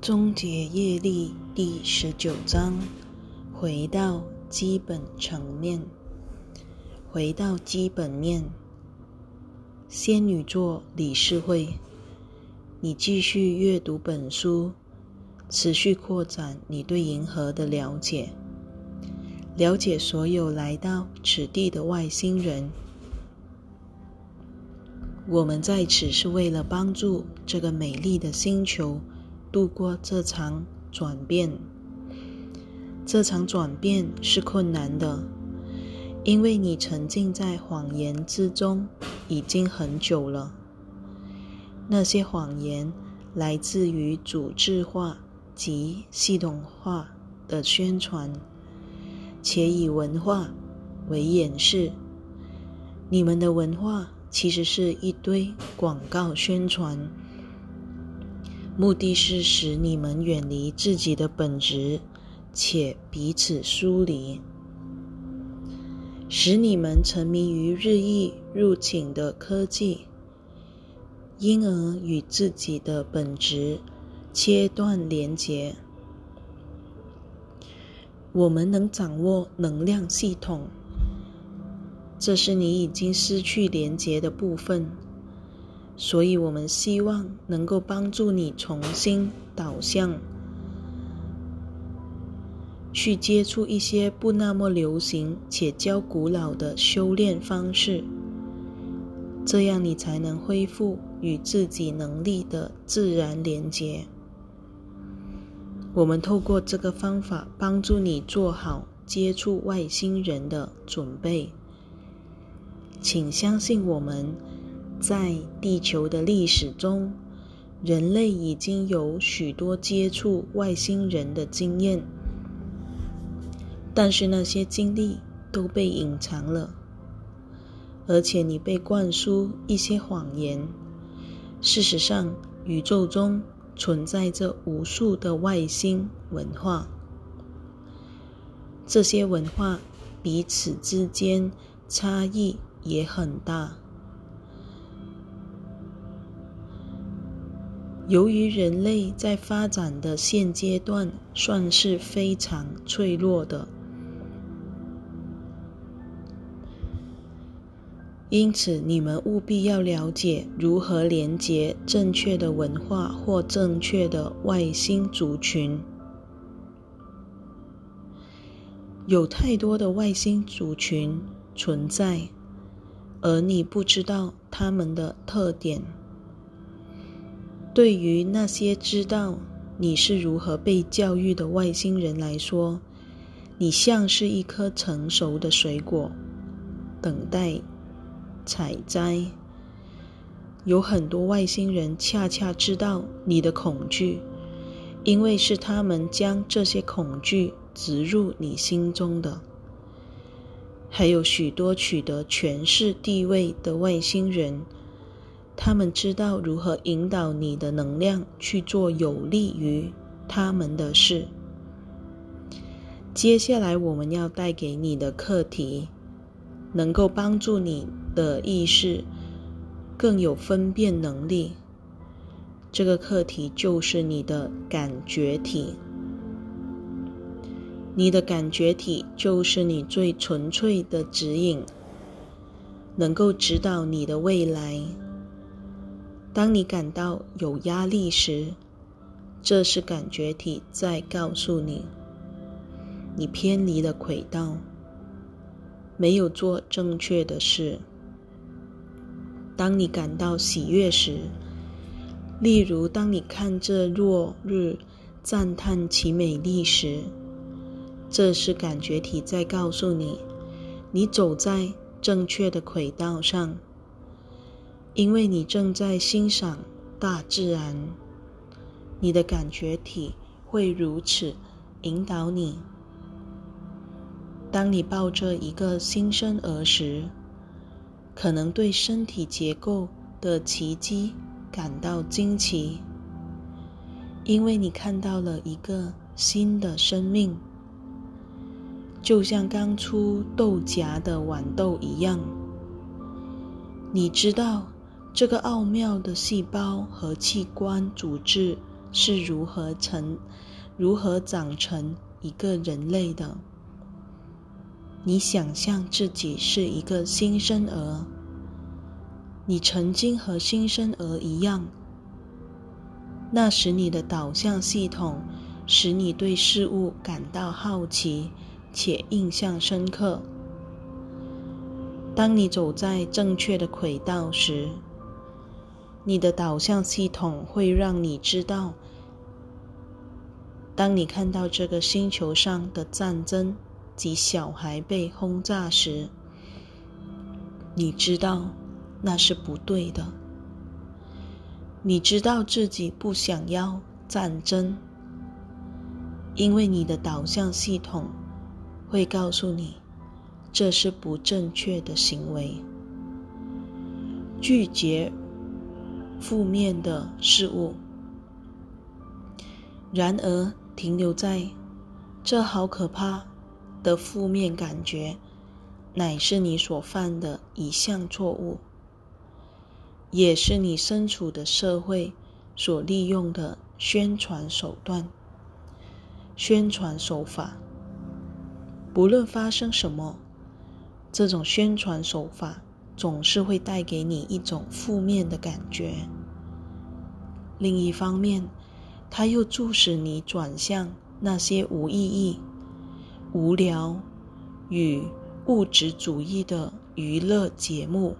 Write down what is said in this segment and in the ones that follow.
终结业力第19章，回到基本层面。回到基本面，仙女座理事会，你继续阅读本书，持续扩展你对银河的了解，了解所有来到此地的外星人。我们在此是为了帮助这个美丽的星球度过这场转变。这场转变是困难的，因为你沉浸在谎言之中已经很久了。那些谎言来自于组织化及系统化的宣传，且以文化为掩饰。你们的文化其实是一堆广告宣传，目的是使你们远离自己的本质，且彼此疏离，使你们沉迷于日益入侵的科技，因而与自己的本质切断连结。我们能掌握能量系统，这是你已经失去连结的部分，所以我们希望能够帮助你重新导向，去接触一些不那么流行且较古老的修炼方式，这样你才能恢复与自己能力的自然连结。我们透过这个方法帮助你做好接触外星人的准备。请相信我们，在地球的历史中，人类已经有许多接触外星人的经验，但是那些经历都被隐藏了，而且你被灌输一些谎言。事实上，宇宙中存在着无数的外星文化，这些文化彼此之间差异也很大。由于人类在发展的现阶段算是非常脆弱的，因此你们务必要了解如何连结正确的文化或正确的外星族群。有太多的外星族群存在，而你不知道他们的特点。对于那些知道你是如何被教育的外星人来说，你像是一颗成熟的水果，等待采摘。有很多外星人恰恰知道你的恐惧，因为是他们将这些恐惧植入你心中的。还有许多取得权势地位的外星人，他们知道如何引导你的能量去做有利于他们的事。接下来我们要带给你的课题，能够帮助你的意识更有分辨能力。这个课题就是你的感觉体。你的感觉体就是你最纯粹的指引，能够指导你的未来。当你感到有压力时，这是感觉体在告诉你，你偏离了轨道，没有做正确的事。当你感到喜悦时，例如当你看着落日赞叹其美丽时，这是感觉体在告诉你，你走在正确的轨道上，因为你正在欣赏大自然。你的感觉体会如此引导你。当你抱着一个新生儿时，可能对身体结构的奇迹感到惊奇，因为你看到了一个新的生命，就像刚出豆荚的豌豆一样。你知道这个奥妙的细胞和器官组织是如何长成一个人类的。你想象自己是一个新生儿，你曾经和新生儿一样，那时你的导向系统使你对事物感到好奇且印象深刻。当你走在正确的轨道时，你的导向系统会让你知道，当你看到这个星球上的战争及小孩被轰炸时，你知道那是不对的。你知道自己不想要战争，因为你的导向系统会告诉你，这是不正确的行为。拒绝负面的事物，然而停留在这好可怕的负面感觉，乃是你所犯的一项错误，也是你身处的社会所利用的宣传手段、宣传手法。不论发生什么，这种宣传手法总是会带给你一种负面的感觉。另一方面，它又促使你转向那些无意义、无聊与物质主义的娱乐节目，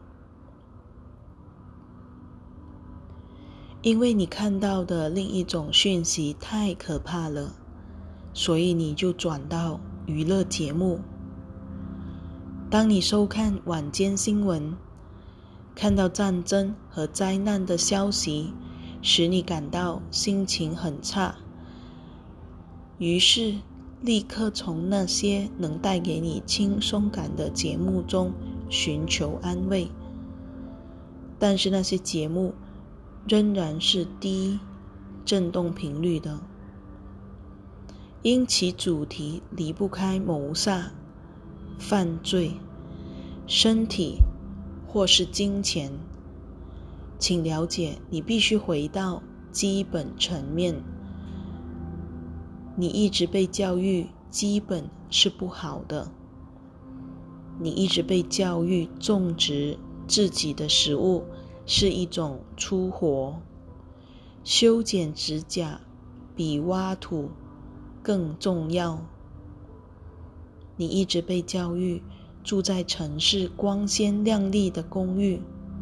因为你看到的另一种讯息太可怕了，所以你就转到娱乐节目。当你收看晚间新闻，看到战争和灾难的消息，使你感到心情很差，于是立刻从那些能带给你轻松感的节目中寻求安慰。但是那些节目仍然是低振动频率的，因其主题离不开谋杀、犯罪、身体或是金钱。请了解，你必须回到基本层面。你一直被教育基本是不好的，你一直被教育种植自己的食物是一种粗活，修剪指甲比挖土更重要。你一直被教育住在城市光鲜亮丽的公寓，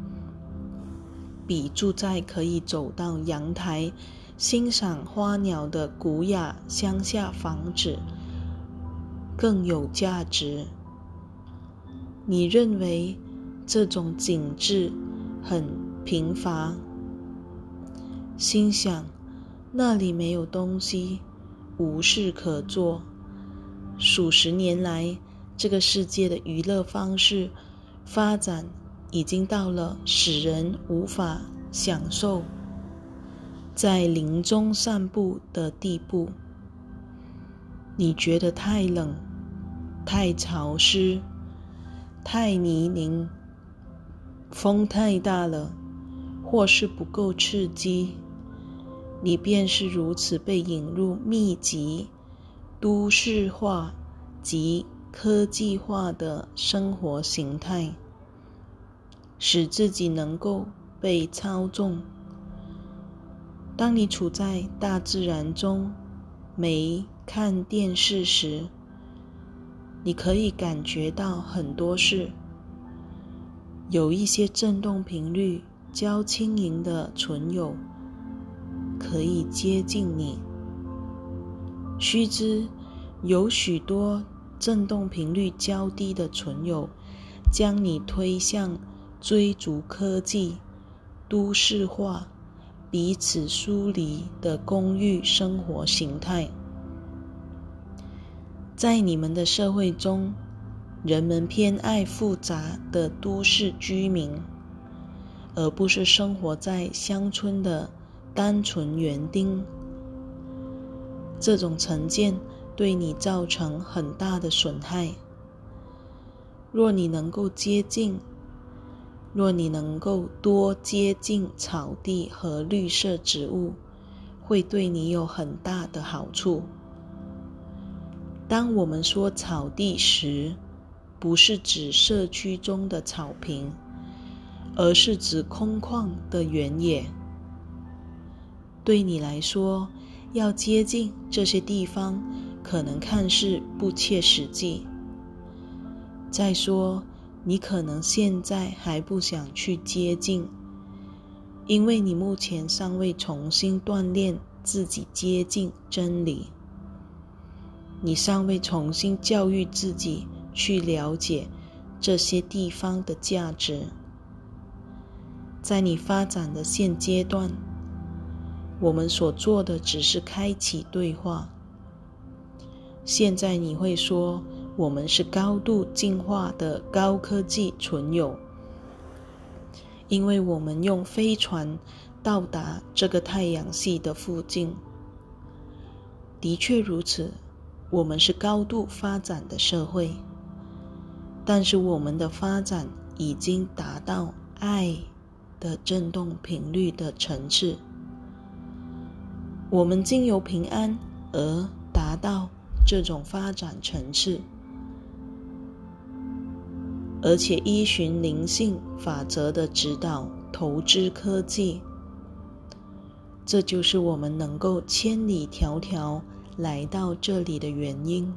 比住在可以走到阳台欣赏花鸟的古雅乡下房子更有价值。你认为这种景致很贫乏，心想那里没有东西，无事可做。数十年来，这个世界的娱乐方式发展已经到了使人无法享受在林中散步的地步。你觉得太冷、太潮湿、太泥泞，风太大了，或是不够刺激，你便是如此被引入密集、都市化及科技化的生活形态，使自己能够被操纵。当你处在大自然中，没看电视时，你可以感觉到很多事。有一些振动频率较轻盈的存有可以接近你，须知有许多振动频率较低的存有将你推向追逐科技、都市化、彼此疏离的公寓生活形态。在你们的社会中，人们偏爱复杂的都市居民，而不是生活在乡村的单纯园丁。这种成见对你造成很大的损害。若你能够多接近草地和绿色植物， 会对你有很大的好处。当我们说草地时，不是指社区中的草坪，而是指空旷的原野。对你来说，要接近这些地方，可能看似不切实际。再说，你可能现在还不想去接近，因为你目前尚未重新锻炼自己接近真理。你尚未重新教育自己去了解这些地方的价值。在你发展的现阶段，我们所做的只是开启对话。现在你会说，我们是高度进化的高科技存有，因为我们用飞船到达这个太阳系的附近。的确如此，我们是高度发展的社会，但是我们的发展已经达到爱的振动频率的层次。我们经由平安而达到这种发展层次，而且依循灵性法则的指导投资科技。这就是我们能够千里迢迢来到这里的原因。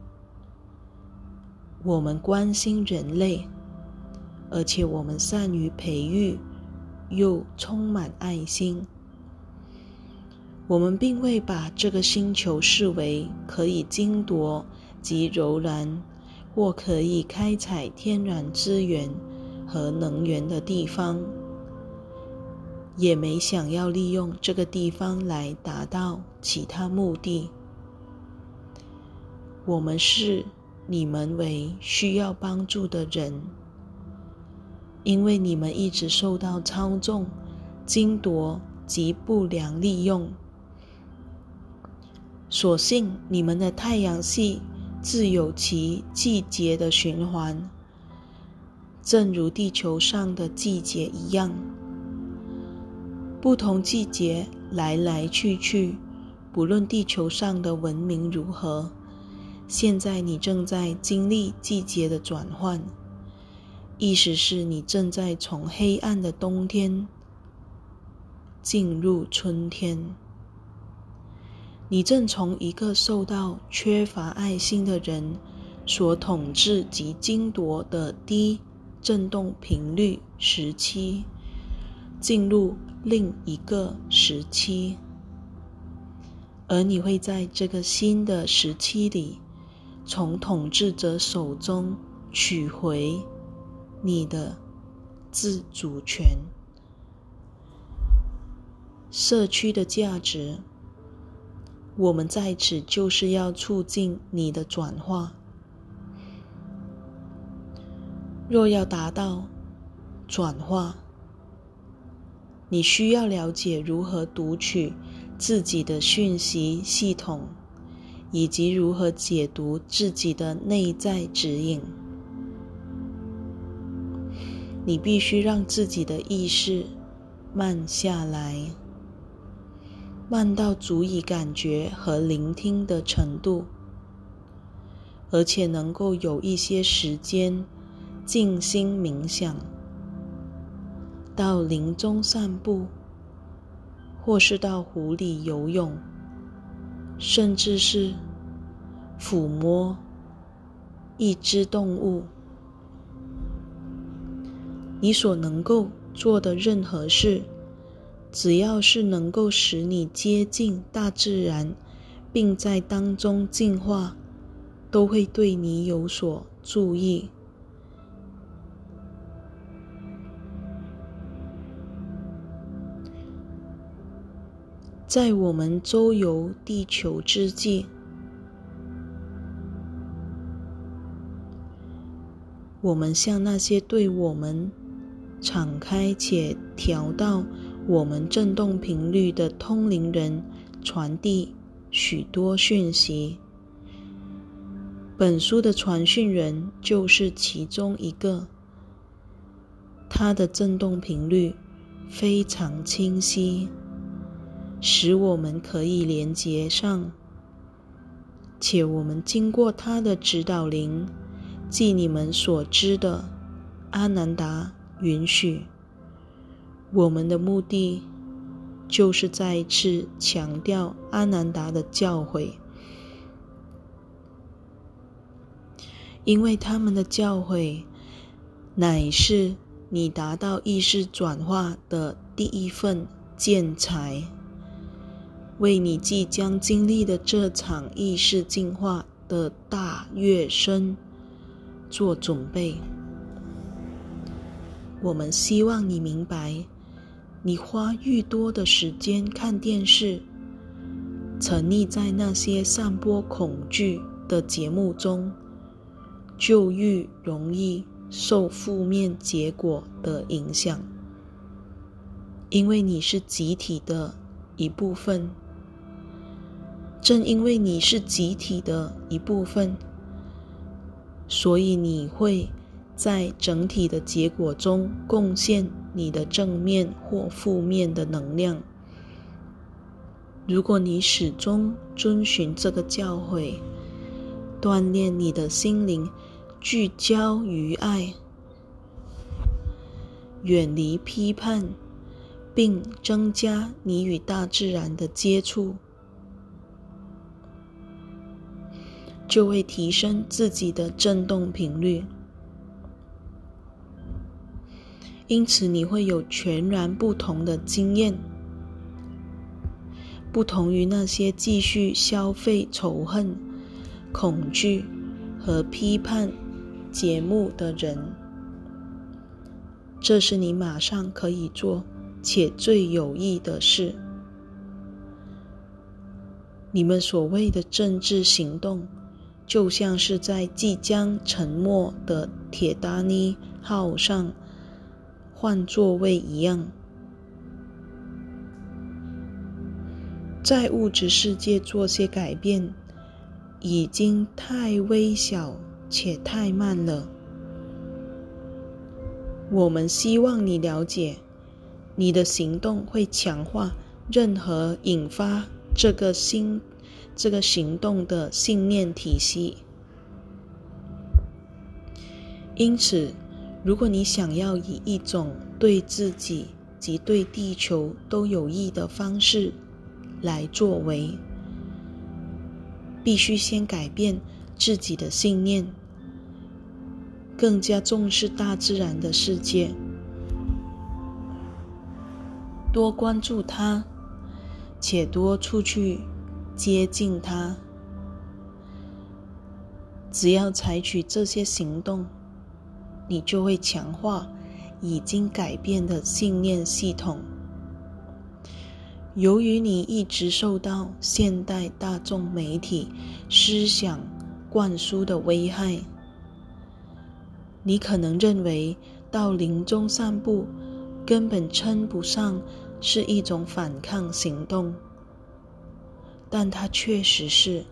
我们关心人类，而且我们善于培育，又充满爱心。我们并未把这个星球视为可以争夺及柔然，或可以开采天然资源和能源的地方，也没想要利用这个地方来达到其他目的。我们视你们为需要帮助的人，因为你们一直受到操纵、争夺及不良利用。所幸你们的太阳系自有其季节的循环，正如地球上的季节一样。不同季节来来去去，不论地球上的文明如何，现在你正在经历季节的转换，意思是你正在从黑暗的冬天进入春天。你正从一个受到缺乏爱心的人所统治及争夺的低振动频率时期，进入另一个时期，而你会在这个新的时期里，从统治者手中取回你的自主权。社区的价值，我们在此就是要促进你的转化。若要达到转化，你需要了解如何读取自己的讯息系统，以及如何解读自己的内在指引。你必须让自己的意识慢下来，慢到足以感觉和聆听的程度，而且能够有一些时间静心冥想，到林中散步，或是到湖里游泳，甚至是抚摸一只动物。你所能够做的任何事，只要是能够使你接近大自然，并在当中进化，都会对你有所注意。在我们周游地球之际，我们向那些对我们敞开且调到我们振动频率的通灵人传递许多讯息。本书的传讯人就是其中一个，他的振动频率非常清晰， 使我们可以连接上，且我们经过他的指导灵，即你们所知的阿南达允许。我们的目的就是再次强调阿南达的教诲，因为他们的教诲乃是你达到意识转化的第一份建材，为你即将经历的这场意识进化的大跃升做准备。我们希望你明白，你花愈多的时间看电视，沉溺在那些散播恐惧的节目中，就愈容易受负面结果的影响，因为你是集体的一部分。正因为你是集体的一部分，所以你会在整体的结果中贡献你的正面或负面的能量。如果你始终遵循这个教诲，锻炼你的心灵，聚焦于爱，远离批判，并增加你与大自然的接触，就会提升自己的振动频率。因此你会有全然不同的经验，不同于那些继续消费仇恨、恐惧和批判节目的人。这是你马上可以做且最有益的事。你们所谓的政治行动，就像是在即将沉没的铁达尼号上换座位一样。在物质世界做些改变，已经太微小且太慢了。我们希望你了解，你的行动会强化任何引发这个行动的信念体系。因此，如果你想要以一种对自己及对地球都有益的方式来作为，必须先改变自己的信念，更加重视大自然的世界，多关注它，且多出去接近它。只要采取这些行动，你就会强化已经改变的信念系统。由于你一直受到现代大众媒体思想灌输的危害，你可能认为到林中散步根本称不上是一种反抗行动，但它确实是。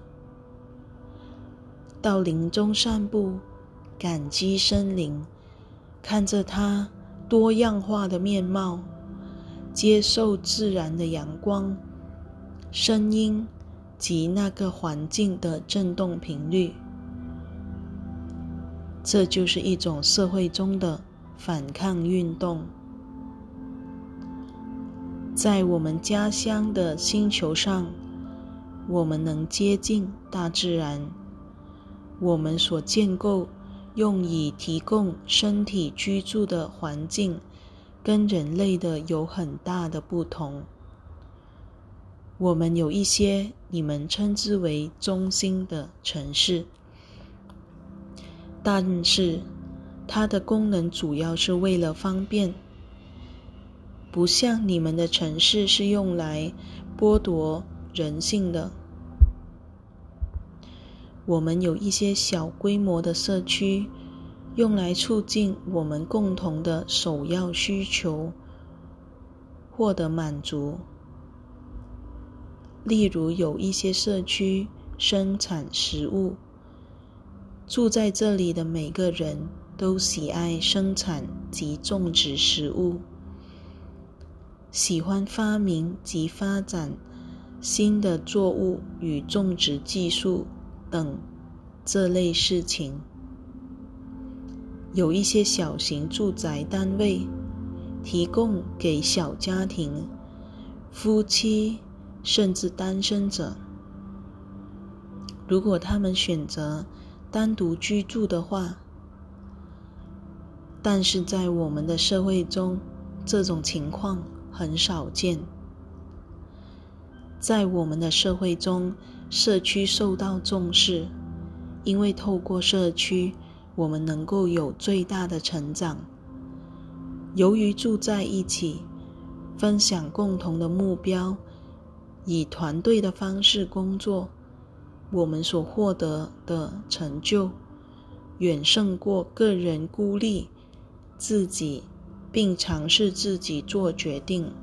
到林中散步，感激森林，看着它多样化的面貌，接受自然的阳光、声音及那个环境的振动频率，这就是一种社会中的反抗运动。在我们家乡的星球上，我们能接近大自然，我们所建构用以提供身体居住的环境跟人类的有很大的不同。我们有一些你们称之为中心的城市，但是它的功能主要是为了方便，不像你们的城市是用来剥夺人性的。我们有一些小规模的社区，用来促进我们共同的首要需求获得满足。例如有一些社区生产食物，住在这里的每个人都喜爱生产及种植食物。 喜欢发明及发展新的作物与种植技术等这类事情。有一些小型住宅单位提供给小家庭、夫妻甚至单身者，如果他们选择单独居住的话。但是在我们的社会中，这种情况很少见。在我们的社会中，社区受到重视，因为透过社区，我们能够有最大的成长。由于住在一起，分享共同的目标，以团队的方式工作，我们所获得的成就，远胜过个人孤立自己并尝试自己做决定。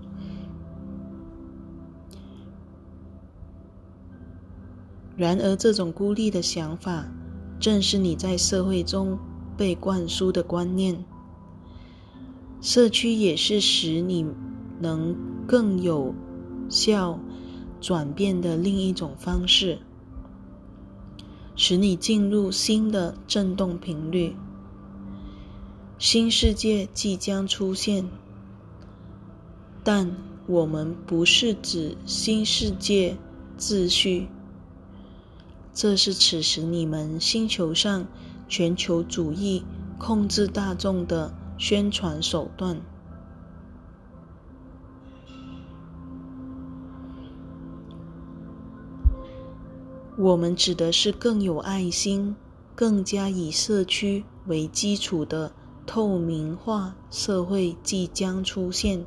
然而这种孤立的想法正是你在社会中被灌输的观念。社区也是使你能更有效转变的另一种方式，使你进入新的振动频率。新世界即将出现，但我们不是指新世界秩序，这是此时你们星球上全球主义控制大众的宣传手段。我们指的是更有爱心、更加以社区为基础的透明化社会即将出现。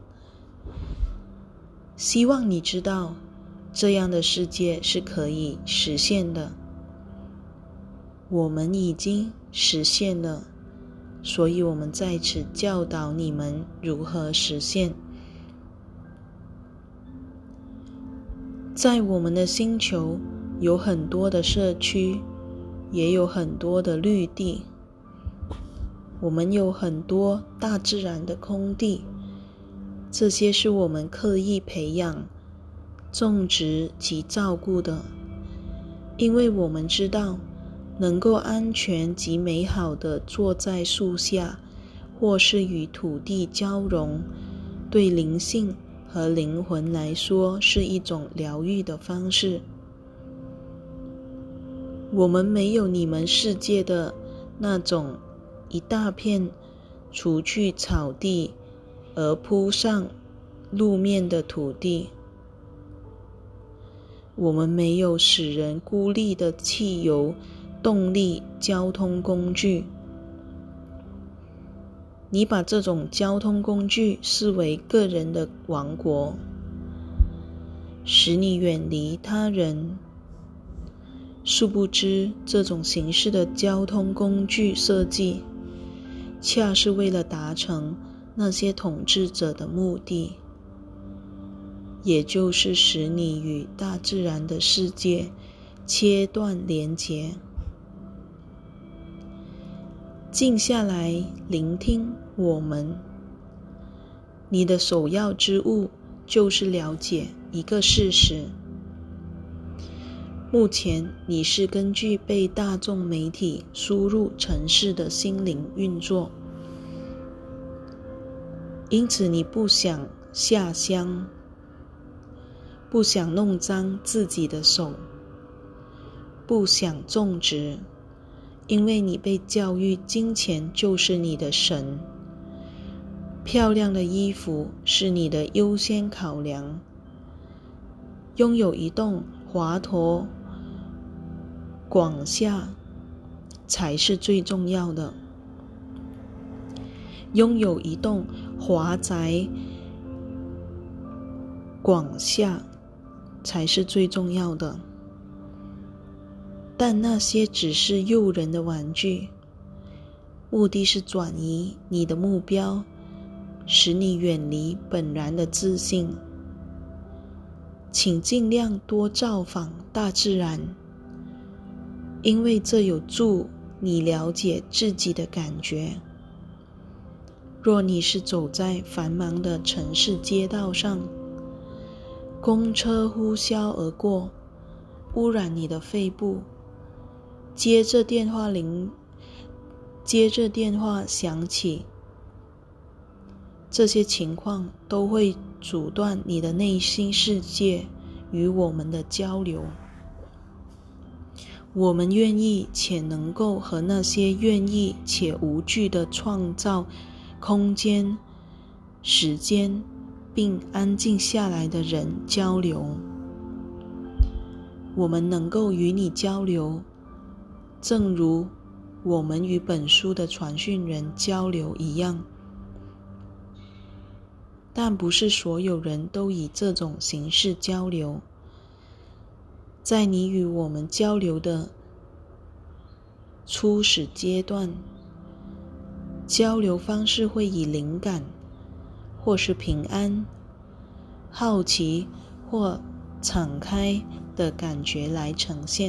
希望你知道，这样的世界是可以实现的。我们已经实现了，所以我们在此教导你们如何实现。在我们的星球有很多的社区，也有很多的绿地。我们有很多大自然的空地，这些是我们刻意培养、种植及照顾的，因为我们知道，能够安全及美好地坐在树下，或是与土地交融，对灵性和灵魂来说是一种疗愈的方式。我们没有你们世界的那种一大片除去草地而铺上路面的土地，我们没有使人孤立的汽油动力交通工具。你把这种交通工具视为个人的王国，使你远离他人。殊不知，这种形式的交通工具设计，恰是为了达成那些统治者的目的，也就是使你与大自然的世界切断连结。静下来聆听我们，你的首要之务就是了解一个事实。目前你是根据被大众媒体输入程式的心灵运作，因此你不想下乡，不想弄脏自己的手，不想种植，因为你被教育金钱就是你的神，漂亮的衣服是你的优先考量，拥有一栋华佗广厦才是最重要的，拥有一栋华宅广厦才是最重要的。但那些只是诱人的玩具，目的是转移你的目标，使你远离本然的自信。请尽量多造访大自然，因为这有助你了解自己的感觉。 若你是走在繁忙的城市街道上，公车呼啸而过，污染你的肺部，接着电话响起，这些情况都会阻断你的内心世界与我们的交流。我们愿意且能够和那些愿意且无惧地创造空间、时间并安静下来的人交流。我们能够与你交流，正如我们与本书的传讯人交流一样，但不是所有人都以这种形式交流。在你与我们交流的初始阶段，交流方式会以灵感，或是平安、好奇或敞开的感觉来呈现。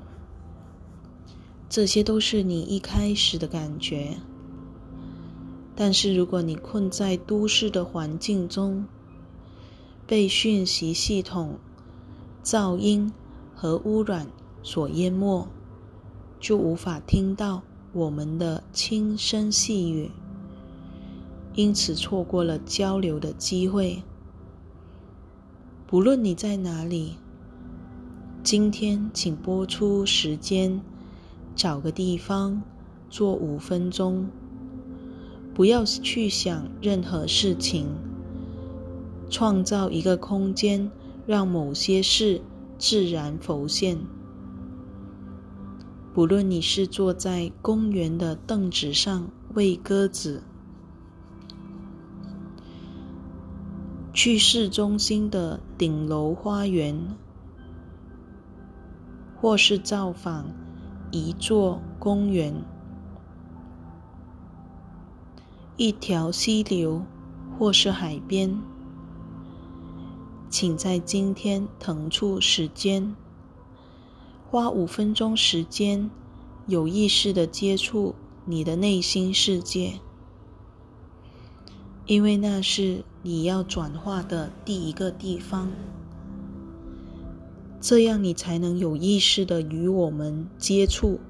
这些都是你一开始的感觉。但是如果你困在都市的环境中，被讯息系统、噪音和污染所淹没，就无法听到我们的轻声细语，因此错过了交流的机会。不论你在哪里，今天请拨出时间，找个地方坐5分钟，不要去想任何事情，创造一个空间，让某些事自然浮现。不论你是坐在公园的凳子上喂鸽子，去市中心的顶楼花园，或是造访一座公园、一条溪流或是海边，请在今天腾出时间，花5分钟时间，有意识地接触你的内心世界，因为那是你要转化的第一个地方。这样你才能有意识地与我们接触。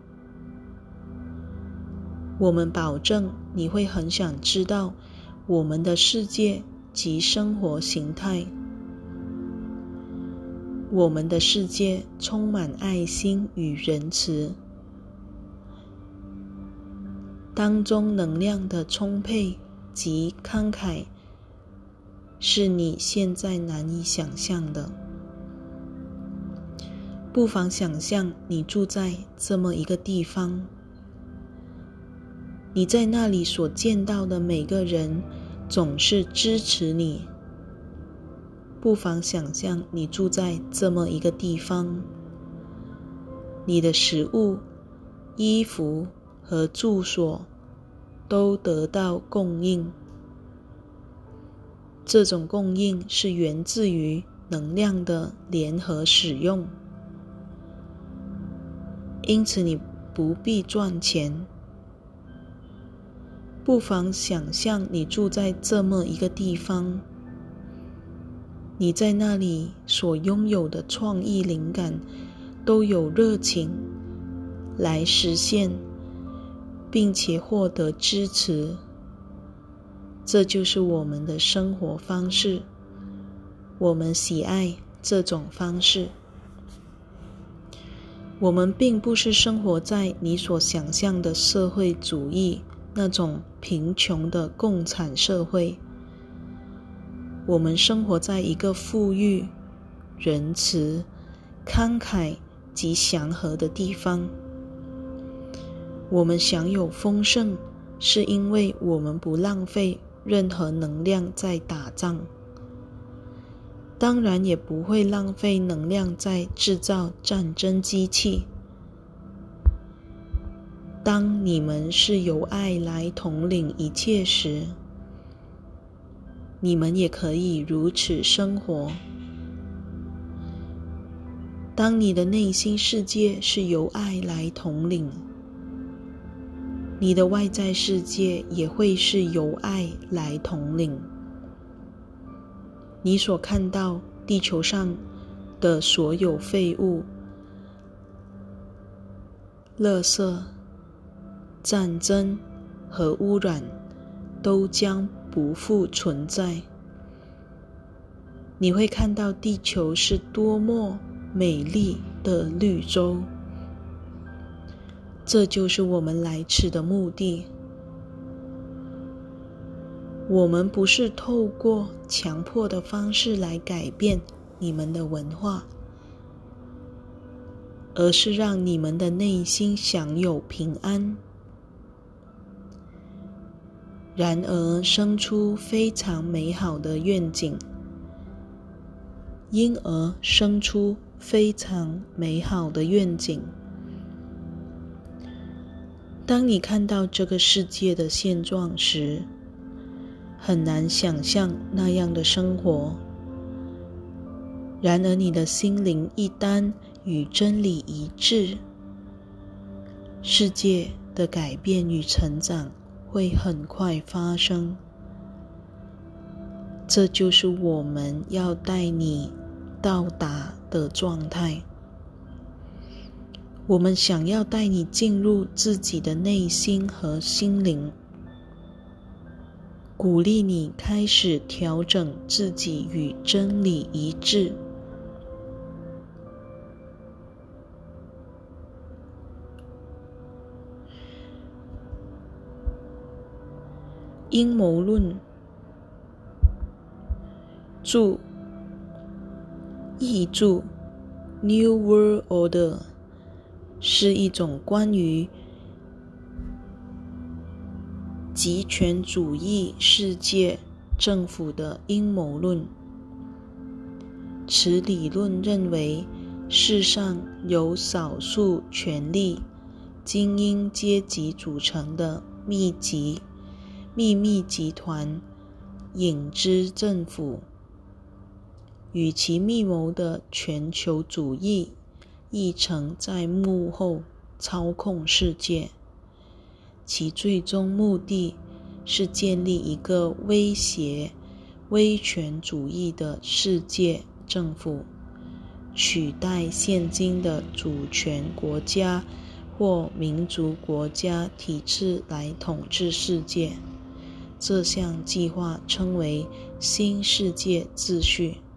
我们保证你会很想知道我们的世界及生活形态。我们的世界充满爱心与仁慈，当中能量的充沛及慷慨是你现在难以想象的。不妨想象你住在这么一个地方，你在那里所见到的每个人总是支持你。不妨想象你住在这么一个地方，你的食物、衣服和住所都得到供应。这种供应是源自于能量的联合使用，因此你不必赚钱。不妨想象你住在这么一个地方，你在那里所拥有的创意灵感都有热情来实现，并且获得支持。这就是我们的生活方式，我们喜爱这种方式。我们并不是生活在你所想象的社会主义那种贫穷的共产社会，我们生活在一个富裕、仁慈、慷慨及祥和的地方。我们享有丰盛，是因为我们不浪费任何能量在打仗，当然也不会浪费能量在制造战争机器。当你们是由爱来统领一切时，你们也可以如此生活。当你的内心世界是由爱来统领， 你的外在世界也会是由爱来统领。你所看到地球上的所有废物、垃圾、战争和污染都将不复存在。你会看到地球是多么美丽的绿洲。这就是我们来此的目的。我们不是透过强迫的方式来改变你们的文化，而是让你们的内心享有平安，然而生出非常美好的愿景，因而生出非常美好的愿景。当你看到这个世界的现状时，很难想象那样的生活。然而你的心灵一旦与真理一致，世界的改变与成长会很快发生。这就是我们要带你到达的状态。我们想要带你进入自己的内心和心灵，鼓励你开始调整自己与真理一致。阴谋论译注 New World Order 是一种关于极权主义世界政府的阴谋论。此理论认为，世上由少数权力精英阶级组成的秘密集团影之政府，与其密谋的全球主义议程在幕后操控世界，其最终目的是建立一个威胁威权主义的世界政府，取代现今的主权国家或民族国家体制来统治世界。这项计划称为新世界秩序。